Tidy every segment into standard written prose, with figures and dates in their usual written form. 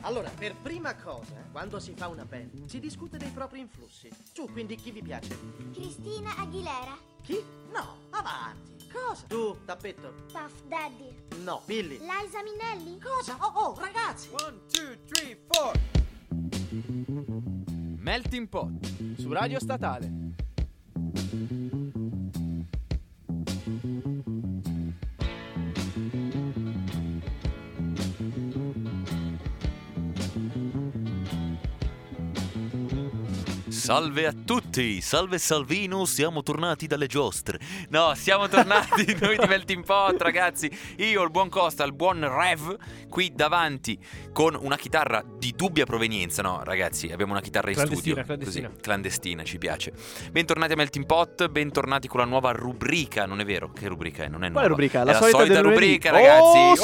Allora, per prima cosa, quando si fa una band, si discute dei propri influssi. Su, quindi chi vi piace? Cristina Aguilera. Chi? No, avanti. Cosa? Tu, Tappetto? Puff Daddy. No, Billy. Liza Minnelli. Cosa? Oh, ragazzi! 1, 2, 3, 4. Melting Pot su Radio Statale. Salve a tutti, salve Salvino, siamo tornati dalle giostre. No, siamo tornati noi di Melting Pot, ragazzi. Io, il buon Costa, il buon Rev, qui davanti con una chitarra di dubbia provenienza. No, ragazzi, abbiamo una chitarra in studio. Così, clandestina, ci piace. Bentornati a Melting Pot, bentornati con la nuova rubrica. Non è vero? Che rubrica è? Non è nuova. Quale rubrica? È la solita del rubrica, lunedì. ragazzi.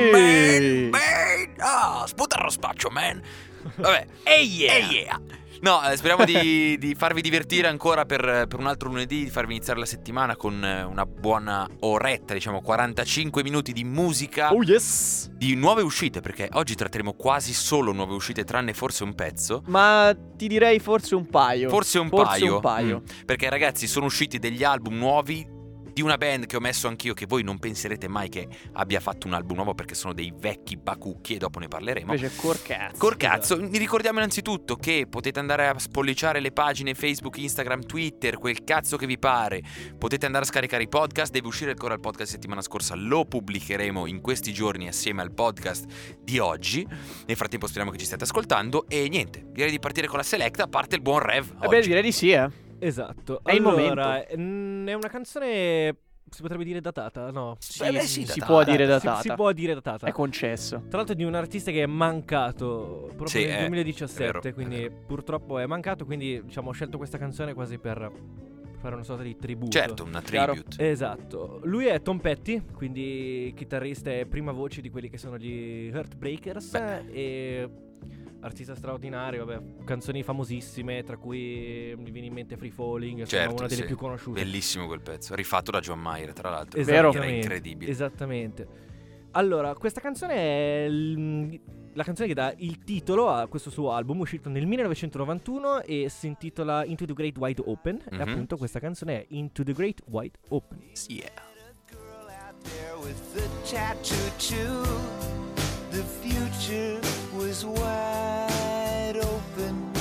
Sì! Man. Sputa lo spaccio, man. Vabbè. Yeah. No, speriamo di farvi divertire ancora per un altro lunedì, di farvi iniziare la settimana con una buona oretta, diciamo 45 minuti di musica. Oh yes! Di nuove uscite, perché oggi tratteremo quasi solo nuove uscite, tranne forse un pezzo. Ma ti direi forse un paio. Forse un paio. Perché ragazzi, sono usciti degli album nuovi di una band che ho messo anch'io, che voi non penserete mai che abbia fatto un album nuovo, perché sono dei vecchi bacucchi e dopo ne parleremo. Invece Corcazzo. Corcazzo. Vi ricordiamo innanzitutto che potete andare a spolliciare le pagine Facebook, Instagram, Twitter, quel cazzo che vi pare. Potete andare a scaricare i podcast. Deve uscire ancora il podcast settimana scorsa, lo pubblicheremo in questi giorni assieme al podcast di oggi. Nel frattempo speriamo che ci stiate ascoltando. E niente, direi di partire con la select, a parte il buon Rev oggi. Beh, direi di sì, Esatto. È il momento. È una canzone, si potrebbe dire datata, no? Sì, si può dire datata. Si può dire datata. È concesso. Tra l'altro di un artista che è mancato proprio nel 2017, vero, quindi purtroppo è mancato, quindi diciamo ho scelto questa canzone quasi per fare una sorta di tributo. Certo, una tribute. Esatto. Lui è Tom Petty, quindi chitarrista e prima voce di quelli che sono gli Heartbreakers. E artista straordinario, vabbè, canzoni famosissime, tra cui mi viene in mente Free Falling, certo, una delle più conosciute. Bellissimo quel pezzo, rifatto da John Mayer, tra l'altro. Vero? Era incredibile. Esattamente. Allora, questa canzone è la canzone che dà il titolo a questo suo album, uscito nel 1991 e si intitola Into the Great Wide Open. E appunto questa canzone è Into the Great Wide Open. Yeah. The future was wide open.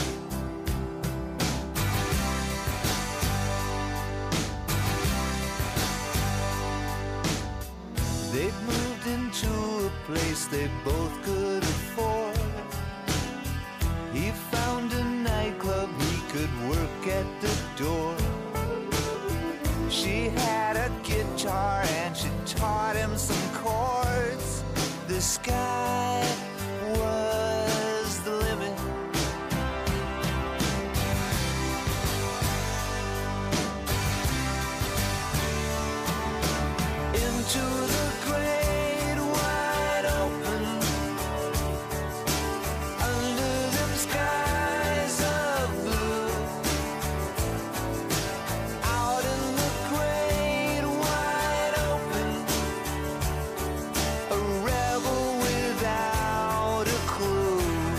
They'd moved into a place they both could afford. He found a nightclub he could work at the door. She had a guitar and she taught him some chords. The sky was the limit. Into the great wide open, under them skies of blue, out in the great wide open, a rebel without a clue.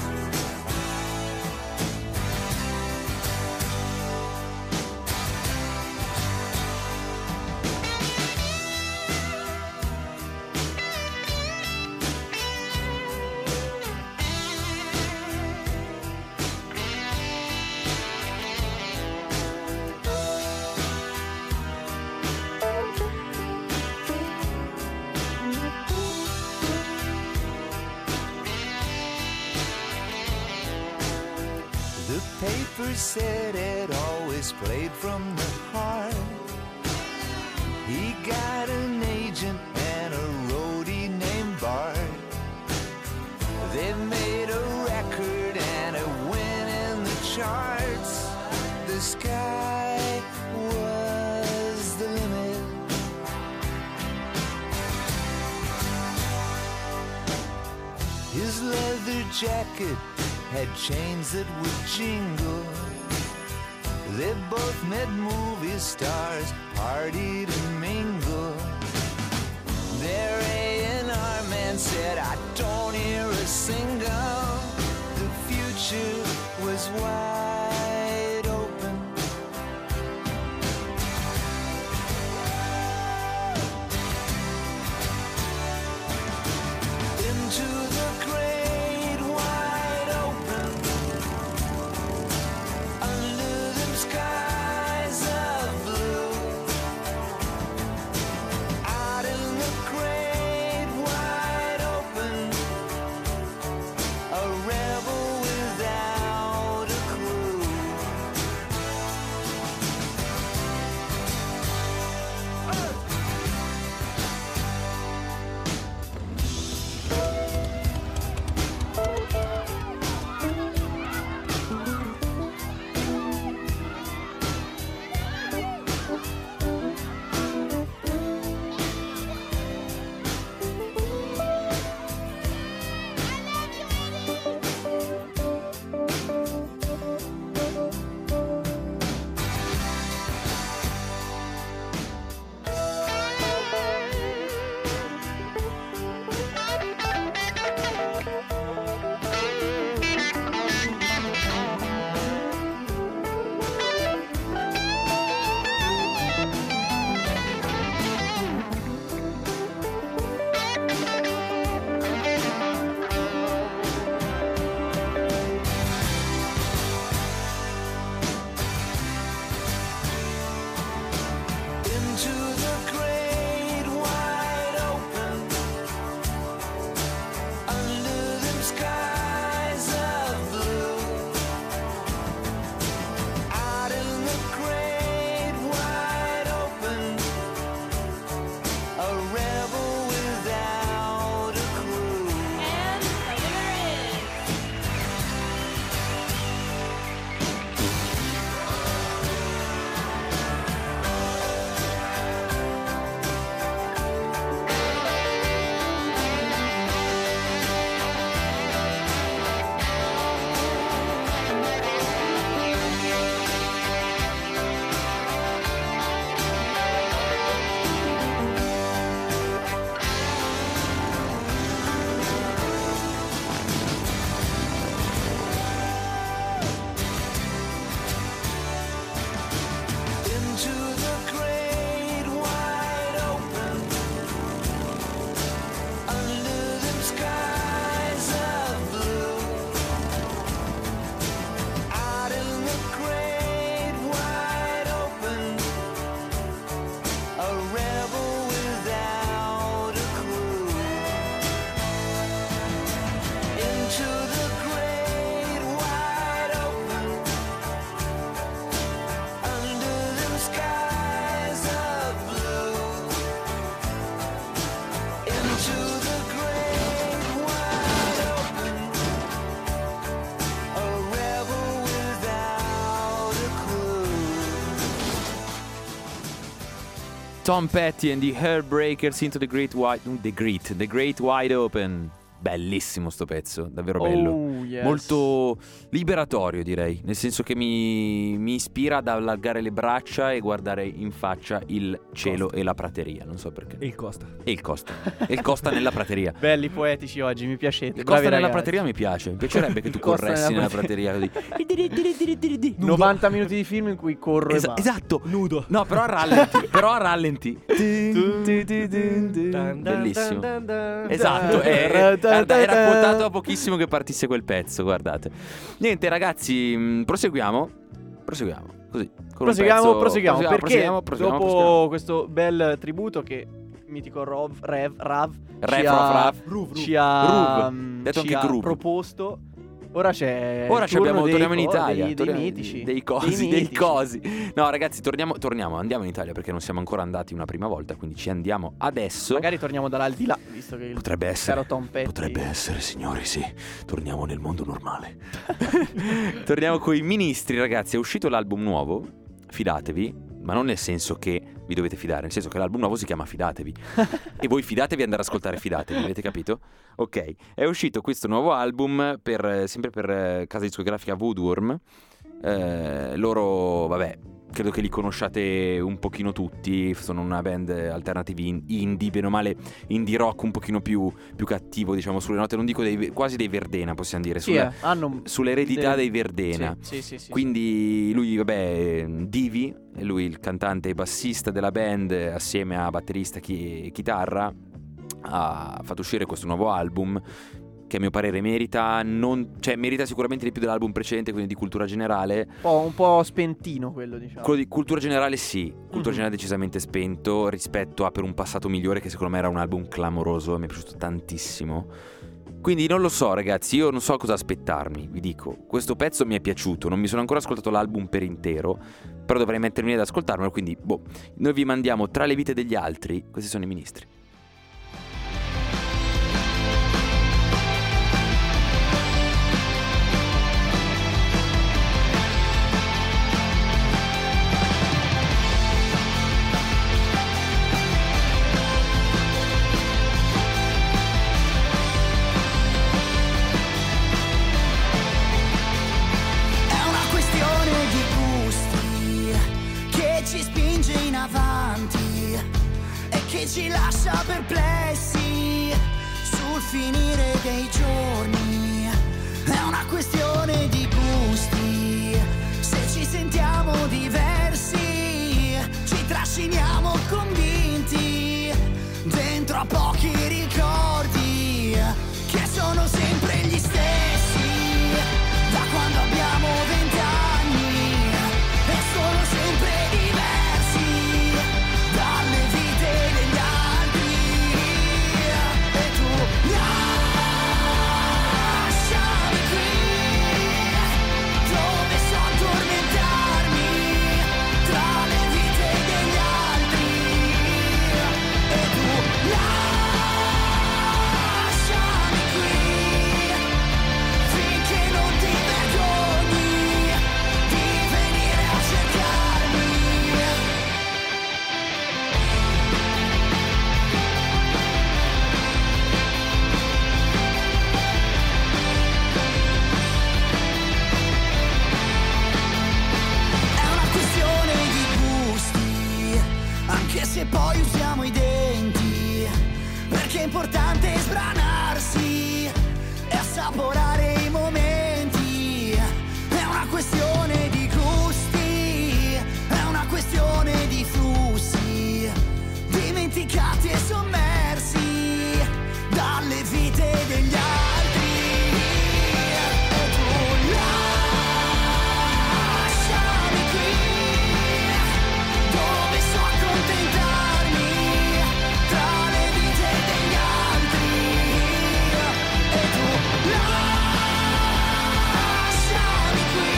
The paper said it always played from the heart. He got an agent and a roadie named Bart. They made a record and it went in the charts. The sky was the limit. His leather jacket had chains that would jingle. They both met movie stars, partied and mingled. Their A&R man said, I don't hear a single Tom Petty and the Heartbreakers into the Great Wide Open. Bellissimo sto pezzo, davvero bello. Oh, yes. Molto liberatorio, direi. Nel senso che mi ispira ad allargare le braccia e guardare in faccia il cielo Costa. e la prateria. Non so perché. E il Costa. E il Costa. E il Costa nella prateria. Belli poetici oggi, mi piacete. Il Costa bravi nella ragazzi. prateria mi piace. Mi piacerebbe che tu Il Costa corressi nella nella prateria così. 90 minuti di film in cui corro e basta. Esatto. Nudo. No, però a rallenti. Bellissimo. Esatto, guarda, era quotato a pochissimo che partisse quel pezzo, guardate. Niente ragazzi, proseguiamo. Così, con un pezzo. Proseguiamo, perché proseguiamo. dopo questo bel tributo che mitico Rav ci ha Detto anche Groove. proposto, ora c'è torniamo in Italia, dei torniamo- mitici, dei cosi. No ragazzi, andiamo in Italia perché non siamo ancora andati una prima volta, quindi ci andiamo adesso. Magari torniamo dall'aldilà, visto che il Potrebbe essere. caro Tom Petty. Potrebbe essere, signori, sì. Torniamo nel mondo normale. Torniamo coi ministri, ragazzi. È uscito l'album nuovo. Fidatevi. Ma non nel senso che vi dovete fidare, nel senso che l'album nuovo si chiama Fidatevi. E voi fidatevi ad andare ad ascoltare Fidatevi, avete capito? Ok, è uscito questo nuovo album sempre per casa discografica Woodworm. Loro, vabbè, credo che li conosciate un pochino tutti. Sono una band alternative indie, bene o male indie rock un pochino più cattivo, diciamo, sulle note, non dico quasi dei Verdena, possiamo dire, Sì, hanno sull'eredità dei Verdena. Sì. Quindi lui, vabbè, Divi, è lui il cantante e bassista della band, assieme a batterista e chitarra, ha fatto uscire questo nuovo album che a mio parere merita sicuramente di più dell'album precedente, quindi di Cultura Generale. un po' spentino quello, diciamo. Quello di Cultura Generale sì, Cultura Generale decisamente spento rispetto a Per un passato migliore, che secondo me era un album clamoroso e mi è piaciuto tantissimo. Quindi non lo so ragazzi, io non so cosa aspettarmi, vi dico. Questo pezzo mi è piaciuto, non mi sono ancora ascoltato l'album per intero, però dovrei mettermi ad ascoltarmelo, quindi noi vi mandiamo Tra le vite degli altri, questi sono i ministri. Ci lascia perplessi sul finire dei giorni. È una questione di gusti. Se ci sentiamo diversi, ci trasciniamo convinti dentro a pochi ricordi che sono sempre gli stessi. Da quando abbiamo 20 anni e sono sempre diversi dalle vite degli altri. E tu lasciami qui, dove so addormentarmi tra le vite degli altri. E tu lasciami qui, finché non ti vergogni di venire a cercarmi. È una questione di gusti, anche se poi usiamo i denti, perché è importante sbranarsi e assaporare i momenti. È una questione di gusti, è una questione di flussi, dimenticati e sommersi dalle vite degli altri. E tu lasciami qui, dove so accontentarmi tra le vite degli altri. E tu lasciami qui,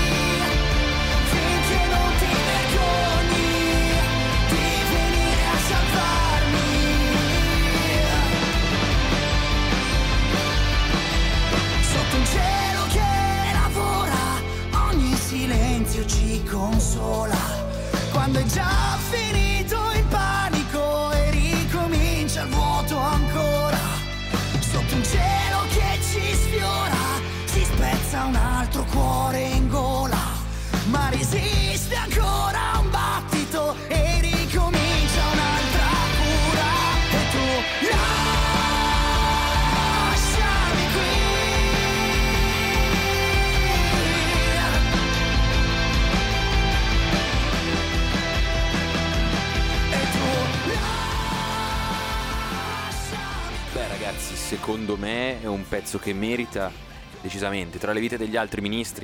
finché non ti vergogni di venire a salvarmi. Sotto un cielo che lavora, ogni silenzio ci consola. Quando è già finito impara comincia un altro cuore in gola, ma resiste ancora un battito e ricomincia un'altra cura. E tu lasciami qui. E tu lasciami. Beh ragazzi, secondo me è un pezzo che merita decisamente tra le vite degli altri ministri.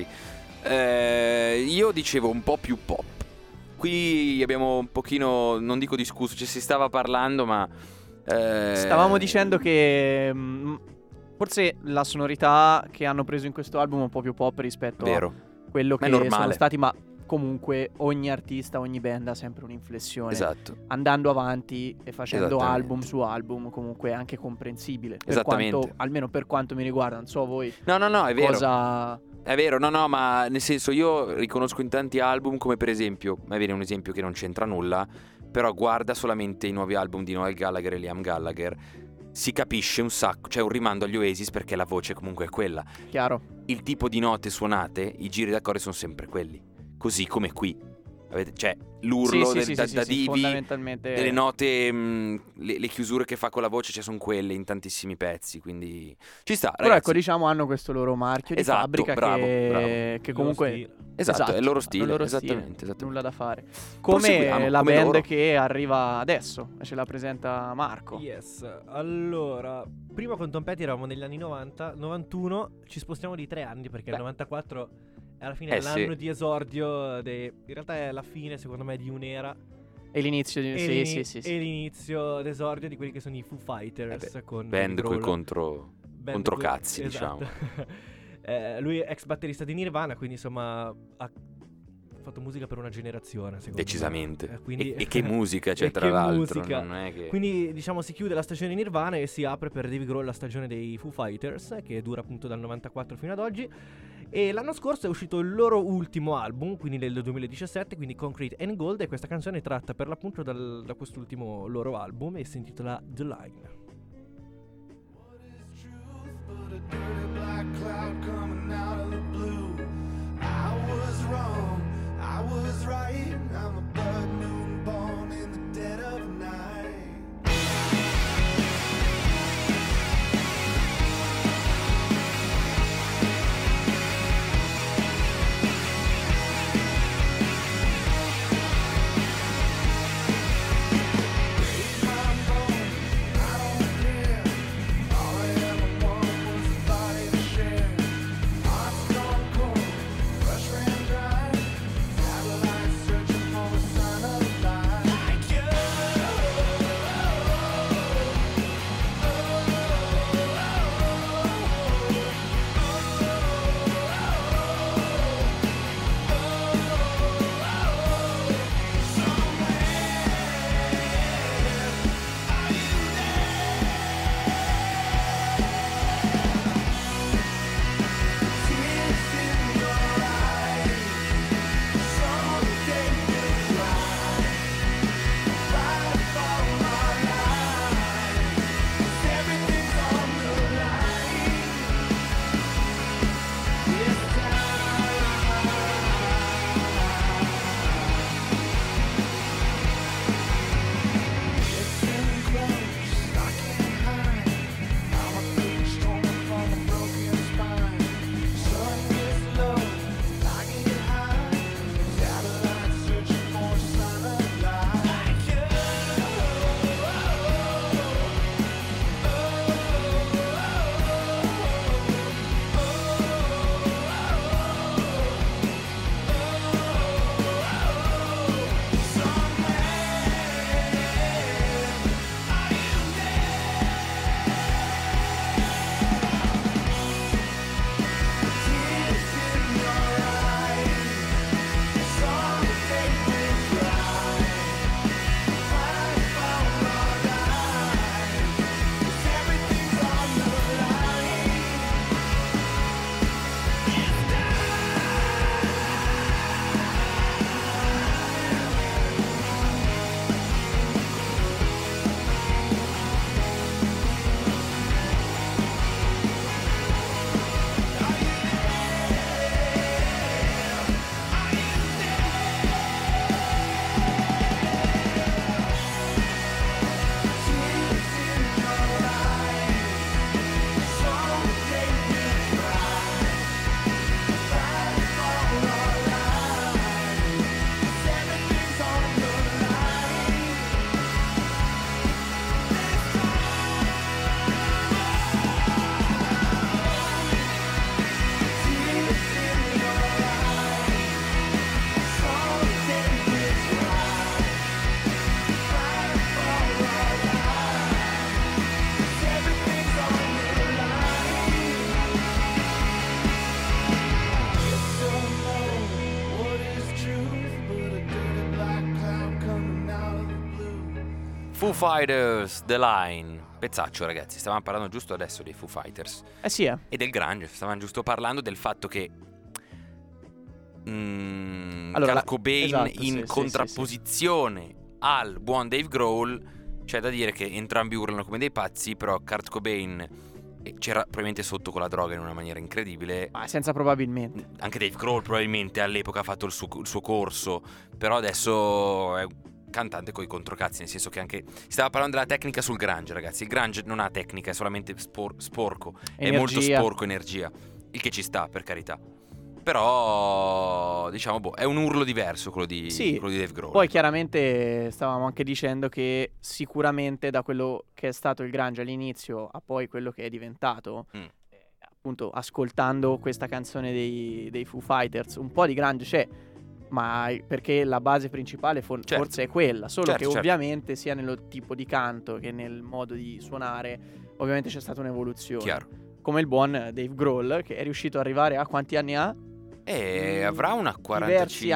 Io dicevo un po' più pop. Qui abbiamo un pochino, non dico discusso, ci si stava parlando, ma Stavamo dicendo che forse la sonorità che hanno preso in questo album è un po' più pop rispetto vero. a quello Ma è che normale. sono stati, ma comunque ogni artista, ogni band ha sempre un'inflessione. Esatto. Andando avanti e facendo Esattamente. album su album, comunque è anche comprensibile. Per Esattamente. quanto, almeno per quanto mi riguarda, non so voi No, è vero. cosa. È vero, no, ma nel senso io riconosco in tanti album, come per esempio, ma viene un esempio che non c'entra nulla, però guarda solamente i nuovi album di Noel Gallagher e Liam Gallagher, si capisce un sacco, c'è un rimando agli Oasis perché la voce comunque è quella. Chiaro. Il tipo di note suonate, i giri d'accordi sono sempre quelli, così come qui. Cioè l'urlo Sì, da Divi, fondamentalmente le note, le chiusure che fa con la voce, cioè sono quelle in tantissimi pezzi, quindi ci sta, Però ragazzi. ecco, diciamo, hanno questo loro marchio Esatto, di fabbrica bravo. che comunque Esatto, è il loro è stile, il loro esattamente. nulla da fare. Come Proseguiamo, la come band loro. che arriva adesso, ce la presenta Marco. Yes, allora, prima con Tom Petty eravamo negli anni 90, 91, ci spostiamo di 3 anni perché il 94 è alla fine l'anno sì. di esordio, in realtà è la fine secondo me di un'era E l'inizio di... e, sì. e l'inizio d'esordio di quelli che sono i Foo Fighters con Band Dave coi Grohl. controcazzi, Esatto. diciamo. Lui è ex batterista di Nirvana, quindi insomma ha fatto musica per una generazione, secondo Decisamente. me. Quindi... E che musica c'è e tra che l'altro, musica. non è che... Quindi diciamo si chiude la stagione di Nirvana e si apre per Dave Grohl la stagione dei Foo Fighters, che dura appunto dal 94 fino ad oggi. E l'anno scorso è uscito il loro ultimo album, quindi nel 2017, quindi Concrete and Gold, e questa canzone è tratta per l'appunto da quest'ultimo loro album e si intitola The Line. But a dirty black cloud coming out of the blue. I was wrong, I was right. I'm a blood moon born in the dead of night. I don't care. All I ever wanted was a body to share. Foo Fighters, The Line. Pezzaccio, ragazzi, stavamo parlando giusto adesso dei Foo Fighters. Sì, E del grunge, stavamo giusto parlando del fatto che Kurt Cobain esatto, in sì, contrapposizione al buon Dave Grohl, c'è da dire che entrambi urlano come dei pazzi, però Kurt Cobain c'era probabilmente sotto con la droga in una maniera incredibile. Ma senza probabilmente. Anche Dave Grohl probabilmente all'epoca ha fatto il suo corso, però adesso è un cantante coi controcazzi, nel senso che anche si stava parlando della tecnica sul grunge, ragazzi. Il grunge non ha tecnica, è solamente sporco, Energia. è molto sporco, energia, il che ci sta, per carità. Però diciamo è un urlo diverso quello di Dave Grohl. Poi chiaramente stavamo anche dicendo che sicuramente da quello che è stato il grunge all'inizio a poi quello che è diventato, appunto ascoltando questa canzone dei Foo Fighters, un po' di grunge c'è, ma perché la base principale forse è quella, solo che ovviamente sia nello tipo di canto che nel modo di suonare ovviamente c'è stata un'evoluzione. Chiaro. Come il buon Dave Grohl, che è riuscito ad arrivare a quanti anni ha? Avrà una diversi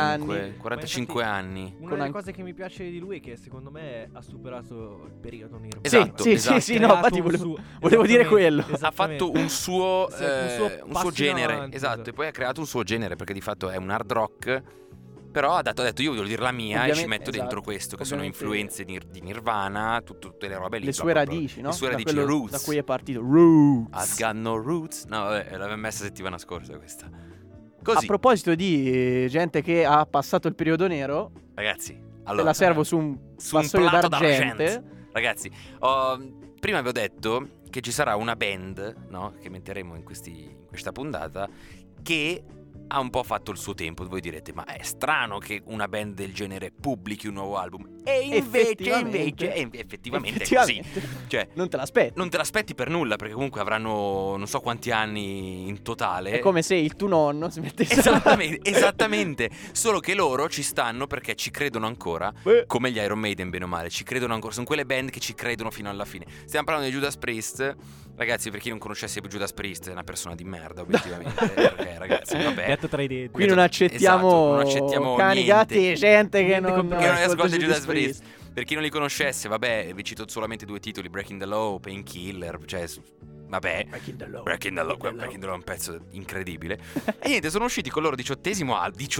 45 anni. Una delle cose che mi piace di lui è che secondo me ha superato il periodo Nirvana. Esatto, sì, no, infatti volevo dire quello. Ha fatto un suo genere, avanti, esatto, e poi ha creato un suo genere, perché di fatto è un hard rock, però ha detto io voglio dire la mia e ci metto dentro questo, che sono influenze di Nirvana, tutte le robe lì. Le sue radici, no? Le sue radici, roots. Da cui è partito, roots. I've got no roots. No, vabbè, l'aveva messa settimana scorsa questa. Così. A proposito di gente che ha passato il periodo nero, ragazzi, te la servo su un vassoio plato d'argento. Ragazzi, prima avevo detto che ci sarà una band, no, che metteremo in questa puntata, che ha un po' fatto il suo tempo. Voi direte, ma è strano che una band del genere pubblichi un nuovo album. E invece effettivamente è così. Cioè, non te l'aspetti. Non te l'aspetti per nulla, perché comunque avranno non so quanti anni in totale. È come se il tuo nonno smettesse. Esattamente. Solo che loro ci stanno perché ci credono ancora. Come gli Iron Maiden, bene o male. Ci credono ancora. Sono quelle band che ci credono fino alla fine. Stiamo parlando di Judas Priest. Ragazzi, per chi non conoscesse Judas Priest, è una persona di merda, obiettivamente. Perché, ragazzi, vabbè. Detto tra i denti. Qui non accettiamo cani, gatti, gente che non ascolta Judas Priest. Per chi non li conoscesse, vabbè, vi cito solamente 2 titoli: Breaking the Law, Painkiller. Cioè, vabbè, Breaking the Law è un pezzo incredibile. E niente, sono usciti con il loro 18°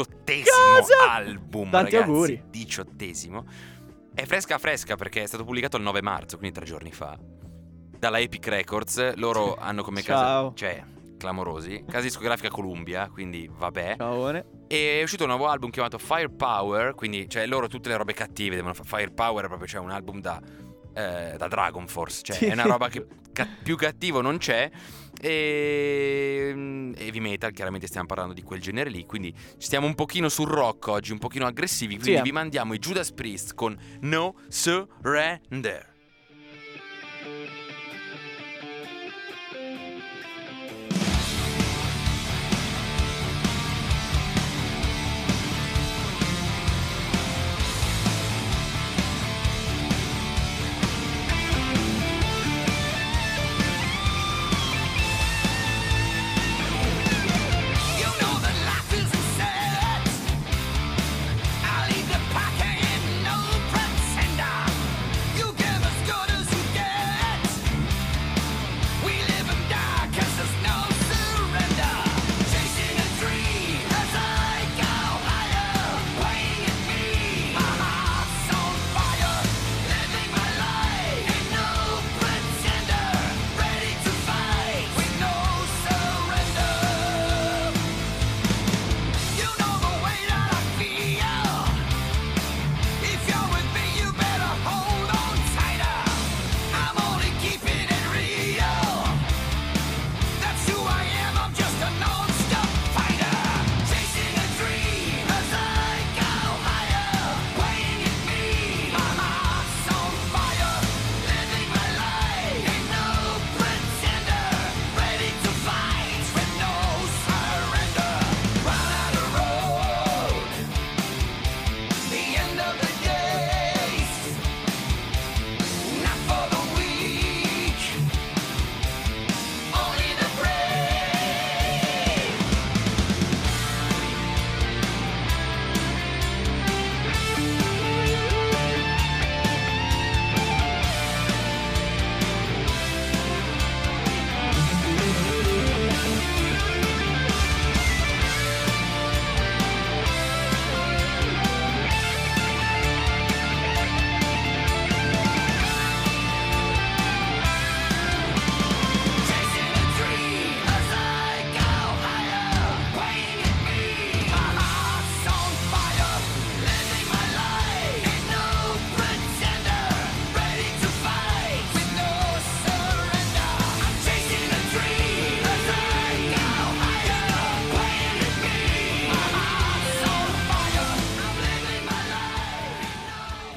album. Tanti ragazzi, auguri. 18°. È fresca perché è stato pubblicato il 9 marzo, quindi 3 giorni fa, dalla Epic Records. Loro hanno come casa, cioè, clamorosi, casa discografica Columbia, quindi vabbè. Ciao. E è uscito un nuovo album chiamato Firepower, quindi cioè loro tutte le robe cattive devono fare. Firepower è proprio, cioè, un album da Dragon Force, cioè è una roba che più cattivo non c'è. E heavy metal, chiaramente stiamo parlando di quel genere lì, quindi stiamo un pochino sul rock oggi, un pochino aggressivi, quindi vi mandiamo i Judas Priest con No Surrender. I'll leave the pocket, no pretender. You give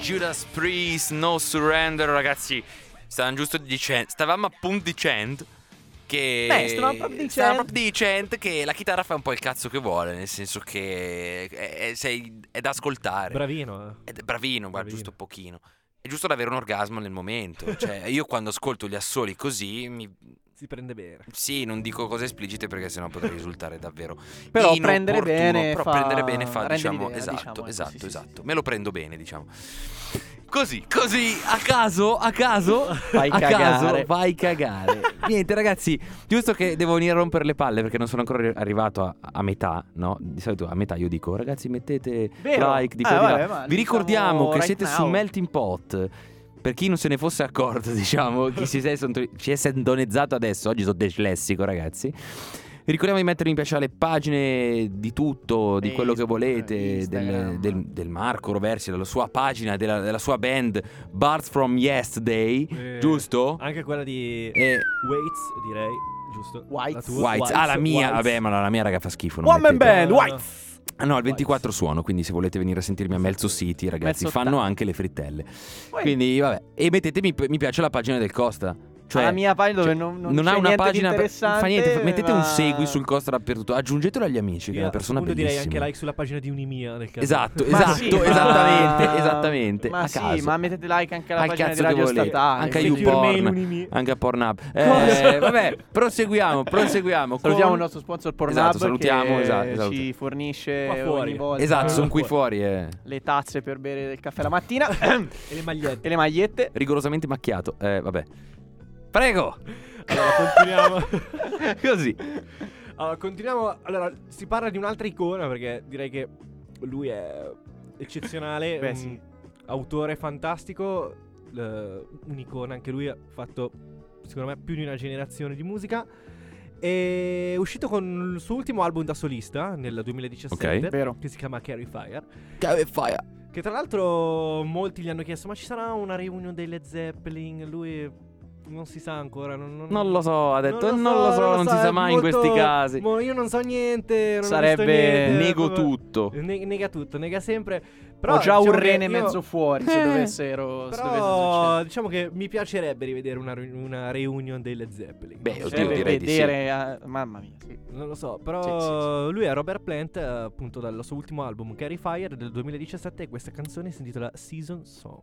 Judas Priest, No Surrender, ragazzi. Stavamo appunto dicendo che stavamo proprio dicendo che la chitarra fa un po' il cazzo che vuole, nel senso che è da ascoltare. Bravino. È bravino, guarda, giusto pochino. È giusto da avere un orgasmo nel momento. Cioè, io quando ascolto gli assoli così si prende bene. Sì, non dico cose esplicite perché sennò potrei risultare davvero però inopportuno. prendere bene però fa... prendere bene fa, rende diciamo, l'idea, esatto, diciamo, esatto. Me lo prendo bene, diciamo. Così, a caso, vai cagare. Niente, ragazzi, giusto che devo venire a rompere le palle perché non sono ancora arrivato a metà, no? Di solito a metà io dico, ragazzi, mettete like di qua di là. Vi ricordiamo che siete su Melting Pot. Per chi non se ne fosse accorto, diciamo, chi ci è sintonizzato adesso, oggi sono dislessico, ragazzi. Vi ricordiamo di mettere in piace alle pagine di tutto, di quello che volete, del Marco Roversi, della sua pagina, della sua band Bards from Yesterday, giusto? Anche quella di Waits, direi, giusto? Whites. La mia, vabbè, ma la mia raga fa schifo. One Man Band, Whites. No, il 24 suono, quindi se volete venire a sentirmi a Melzo City, ragazzi, fanno anche le frittelle. Quindi, vabbè, e mettete mi piace la pagina del Costa. Cioè, la mia pagina dove non ha una pagina interessante, fa niente, mettete un segui sul Costa dappertutto, aggiungetelo agli amici, che è una persona bellissima. Direi anche like sulla pagina di Unimia nel caso. Esatto, esattamente. Ma a sì, caso. ma mettete like anche alla Al pagina di cazzo che Radio volete. Statale, anche a Secure YouPorn, Mail, anche a Pornhub. Vabbè, proseguiamo. Salutiamo il nostro sponsor Pornhub, esatto, salutiamo, che esatto. ci fornisce Qua fuori. ogni volta. Esatto, sono qui fuori. Le tazze per bere del caffè la mattina E le magliette. Rigorosamente macchiato. Vabbè. Prego. Allora, continuiamo. Così. Allora, continuiamo. Allora, si parla di un'altra icona perché direi che lui è eccezionale. Beh, sì. Autore fantastico. Un'icona, anche lui ha fatto, secondo me, più di una generazione di musica. È uscito con il suo ultimo album da solista nel 2017, vero, che si chiama Carry Fire. Che tra l'altro molti gli hanno chiesto: ma ci sarà una reunion dei Led Zeppelin? Lui non si sa ancora. Non lo so, ha detto. Non si sa mai molto, in questi casi. Io non so niente. Non sarebbe niente, nego tutto. Nega tutto, nega sempre. Però, ho già diciamo un rene mezzo fuori se dovessero. Però diciamo che mi piacerebbe rivedere una reunion dei Led Zeppelin. Beh, oddio, direi di sì. Mamma mia, sì. Non lo so, però lui è Robert Plant, appunto dal suo ultimo album Carry Fire del 2017, e questa canzone si intitola Season Song.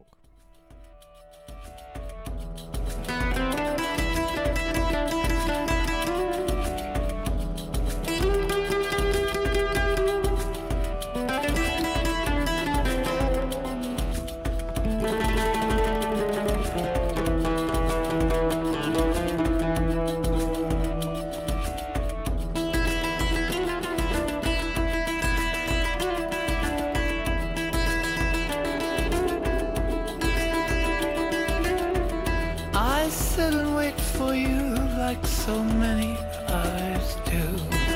Like so many others do.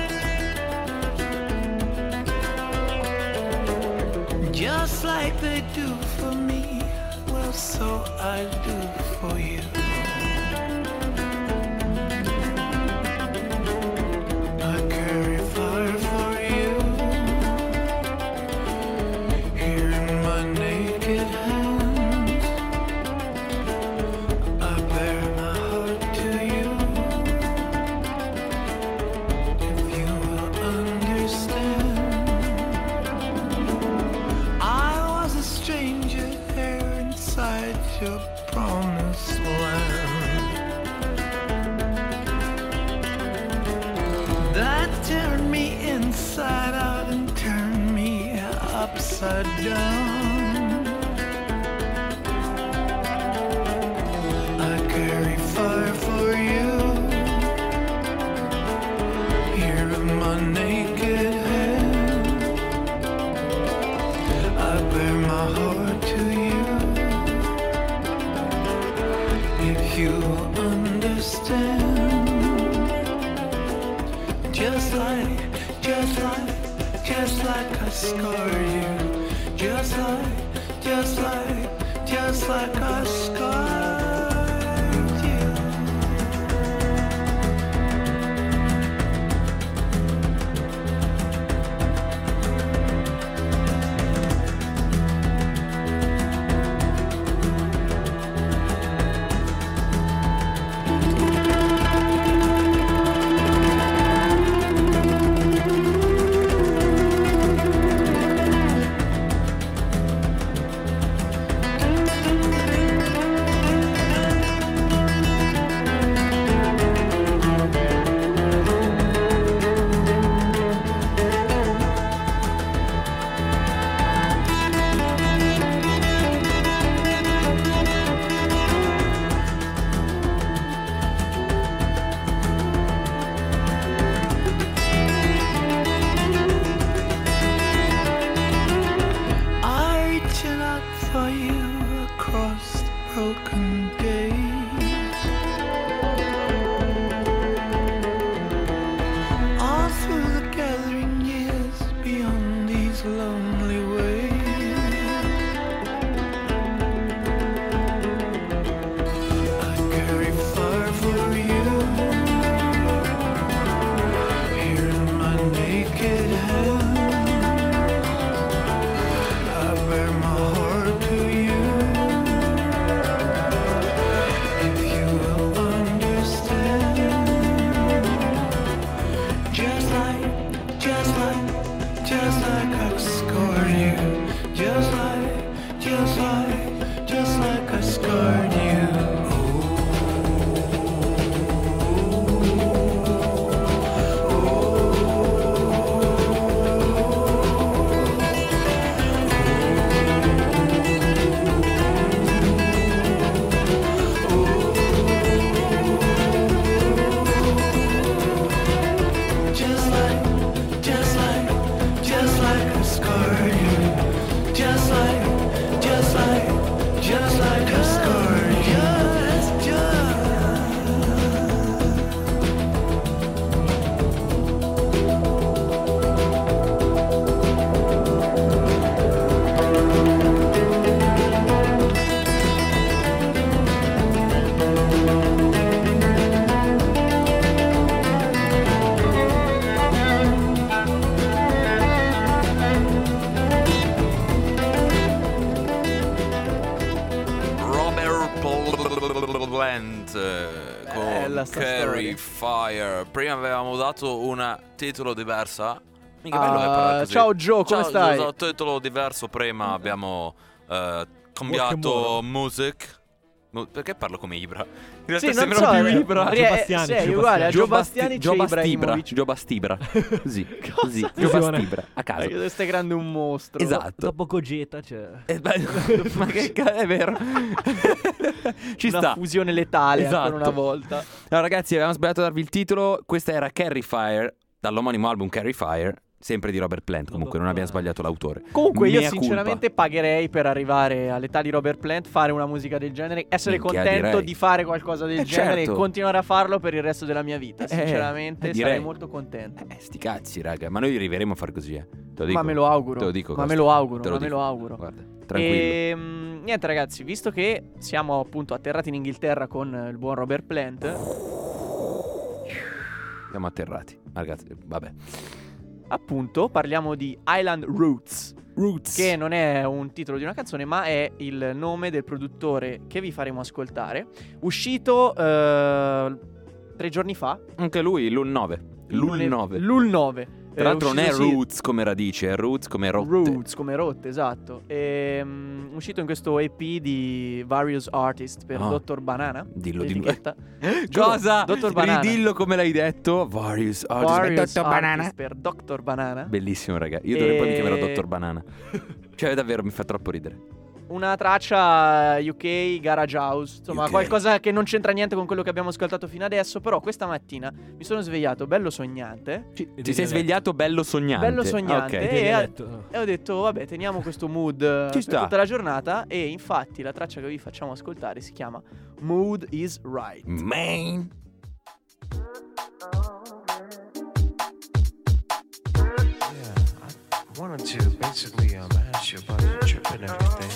Just like they do for me, well, so I do for you. I carry fire for you here in my naked hands. I bear my heart to you. Your promised land that turned me inside out and turned me upside down. I carry fire for you here in my naked hand. I bear my heart to you. If you understand, just like I scarred you, just like I scarred you. just like I scored you, just like I scored you. Bella sta Carry storia. Fire. Prima avevamo dato un titolo diverso. Mica bello è parlare così. Ciao Joe, come Ciao, stai? Ciao, titolo diverso. Prima abbiamo cambiato music. Perché parlo come Ibra? In realtà Sì, non sembrano so, più Ibra. Gio Bastiani, sei Gio uguale a Gio Basti- Bastiani, c'è Ibrahimovic. Gio Bastibra. Così, così. Gio Fusione. Bastibra. A caso. Perché stai creando un mostro. Esatto. Dopo Gogeta c'è. Ma che è vero. Ci Una sta. fusione letale Esatto. ancora una volta. No, ragazzi, avevamo sbagliato a darvi il titolo. Questa era Carry Fire, dall'omonimo album Carry Fire, sempre di Robert Plant. Comunque non abbiamo sbagliato l'autore. Comunque io Mea sinceramente pagherei per arrivare all'età di Robert Plant, fare una musica del genere, essere Minchia, contento direi. di fare qualcosa del genere certo. e continuare a farlo per il resto della mia vita. Sinceramente direi. sarei molto contento. Sti cazzi, raga. Ma noi arriveremo a far così, Te lo dico. Ma me lo auguro. Te lo dico. Ma Costa. me lo auguro, Te ma me dico. lo auguro. Guarda, tranquillo. E niente ragazzi, visto che siamo appunto atterrati in Inghilterra con il buon Robert Plant, Siamo atterrati. Ragazzi, vabbè. appunto parliamo di Island Roots, che non è un titolo di una canzone ma è il nome del produttore che vi faremo ascoltare, uscito 3 giorni fa. Anche lui, l'Ul 9. L'Ul 9. L'Ul 9. Tra l'altro non è uscito, sì, Roots come radice, è Roots come rotte. Roots come rotte, esatto. Uscito in questo EP di Various Artists per Ah. Dr. Banana. Dillo di l'etichetta. Cosa? Dr. Banana. Ridillo come l'hai detto. Various Artists. Various Dr. Banana. Artists per Dr. Banana. Bellissimo, raga. Io dovrei poi mi chiamerò E- Dr. Banana. Cioè, davvero, mi fa troppo ridere. Una traccia UK, Garage House, insomma UK. qualcosa che non c'entra niente con quello che abbiamo ascoltato fino adesso. Però questa mattina mi sono svegliato bello sognante. Ti sei svegliato bello sognante. Bello sognante. Ok. E ho detto vabbè, teniamo questo mood per sta. tutta la giornata. E infatti la traccia che vi facciamo ascoltare si chiama Mood is Right. Man. I wanted to basically ask you about your trip and everything.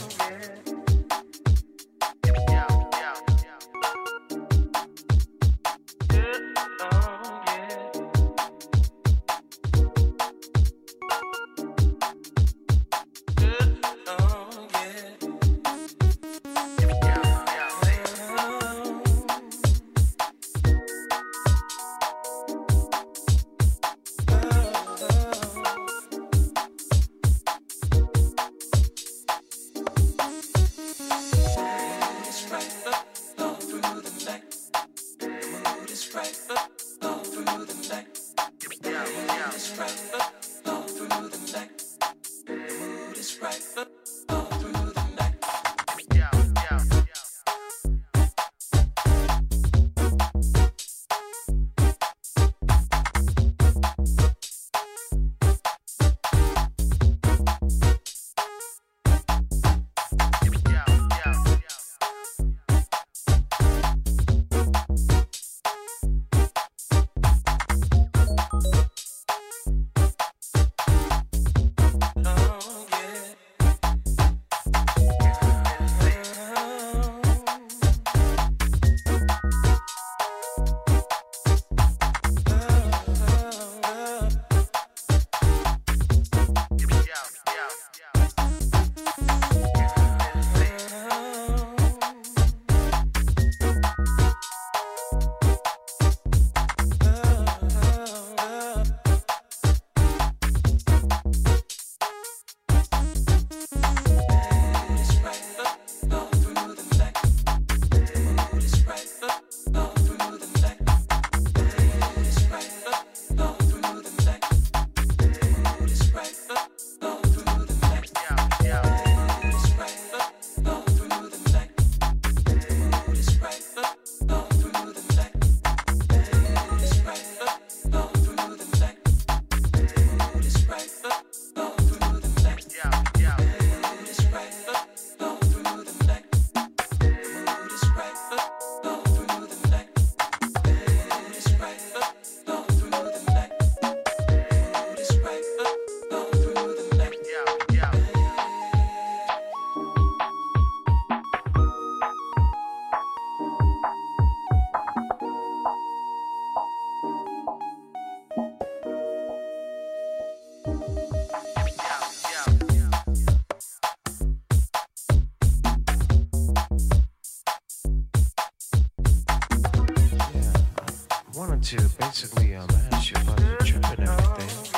Wanted to basically ask you about your trip and everything.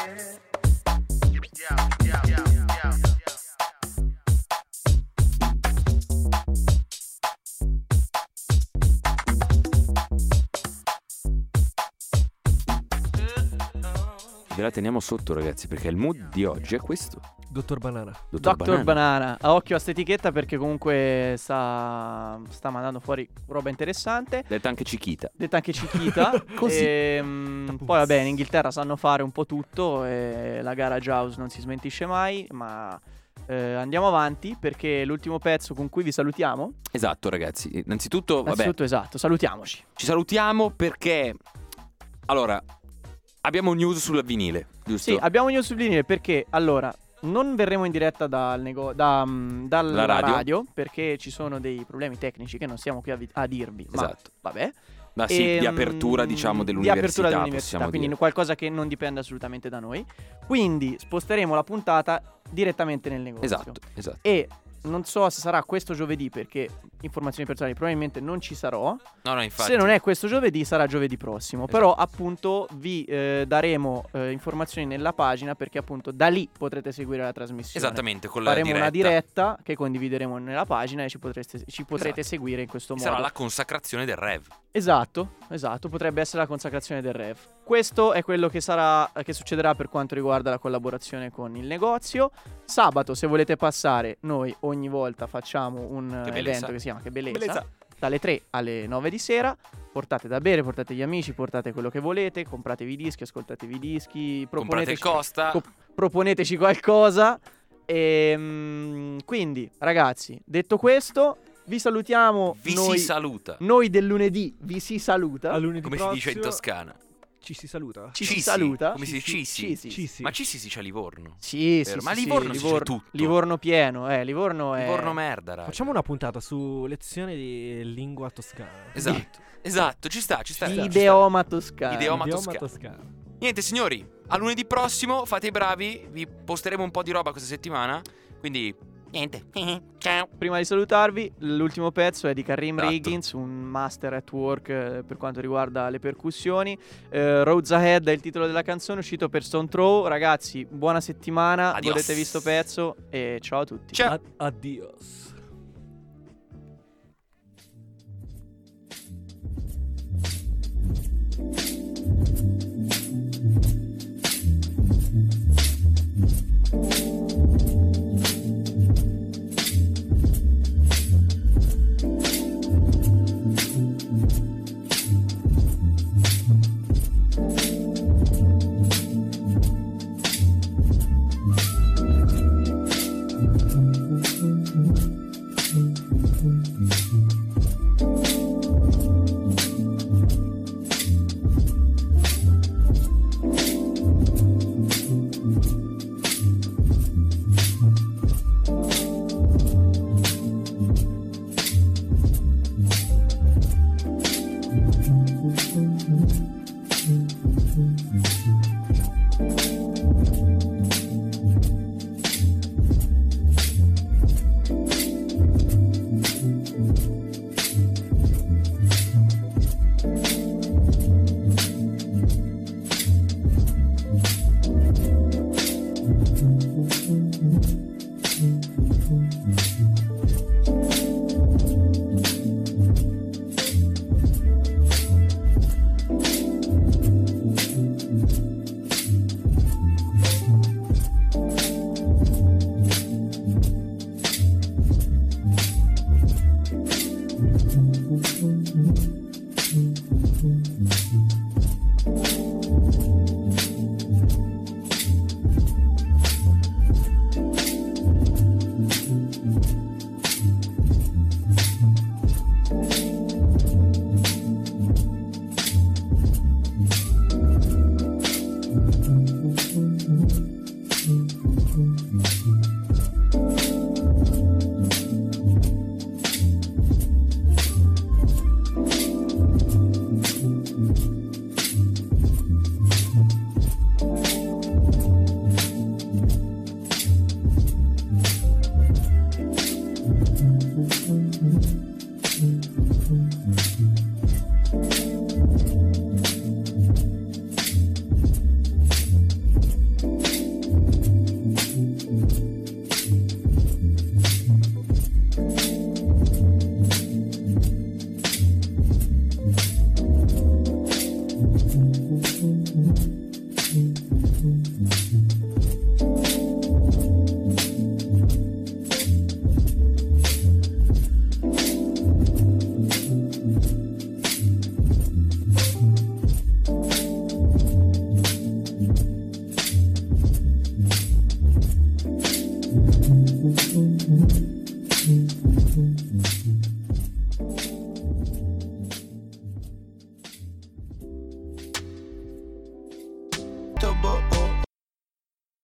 Ve la teniamo sotto, ragazzi, perché il mood di oggi è questo. Dottor Banana. Dr. Banana. A occhio a sta etichetta perché comunque sta mandando fuori roba interessante. Detta anche Chiquita. Così. Poi vabbè, in Inghilterra sanno fare un po' tutto e la Garage House non si smentisce mai, ma andiamo avanti perché l'ultimo pezzo con cui vi salutiamo. Esatto, ragazzi. Innanzitutto, Esatto, salutiamoci. ci salutiamo perché allora abbiamo news sul vinile, giusto? Sì, abbiamo news sul vinile perché allora non verremo in diretta dalla radio perché ci sono dei problemi tecnici che non siamo qui a dirvi. Esatto. Ma vabbè. Ma sì, di apertura, diciamo, dell'università. Quindi dire. Qualcosa che non dipende assolutamente da noi. Quindi sposteremo la puntata direttamente nel negozio. Esatto. E non so se sarà questo giovedì perché informazioni personali probabilmente non ci sarò. No, infatti. Se non è questo giovedì sarà giovedì prossimo. Esatto. Però appunto vi daremo informazioni nella pagina perché appunto da lì potrete seguire la trasmissione. Esattamente, con la Faremo diretta. una diretta che condivideremo nella pagina e ci potrete Esatto. seguire in questo modo. Sarà la consacrazione del Rev. Esatto, potrebbe essere la consacrazione del Rev. Questo è quello che succederà per quanto riguarda la collaborazione con il negozio. Sabato, se volete passare, noi ogni volta facciamo un evento che si chiama Che Bellezza. Dalle 3 alle 9 di sera. Portate da bere, portate gli amici, portate quello che volete, compratevi i dischi, ascoltatevi i dischi, Comprate il Costa. Proponeteci qualcosa. Quindi, ragazzi, detto questo, vi salutiamo. Si saluta. Noi del lunedì vi si saluta. A lunedì Come prossimo si dice in Toscana? Ci si saluta. Ci si saluta. Come si dice? Cisi. Cisi. Ma Cisi si dice a Livorno. Sì, Vero? sì, Ma sì, Livorno sì, si dice tutto. Livorno pieno, Livorno è Livorno merda, raga. Facciamo una puntata su lezione di lingua toscana. Esatto, ci sta. Idioma toscano. Idioma Idioma toscano. toscano. Niente, signori, a lunedì prossimo fate i bravi, vi posteremo un po' di roba questa settimana, quindi niente. Ciao. Prima di salutarvi, l'ultimo pezzo è di Karim Esatto. Riggins, un master at work per quanto riguarda le percussioni. Roads Ahead è il titolo della canzone, uscito per Stone Throw. Ragazzi, buona settimana, Adios. godetevi sto pezzo e ciao a tutti. Ciao. Adios.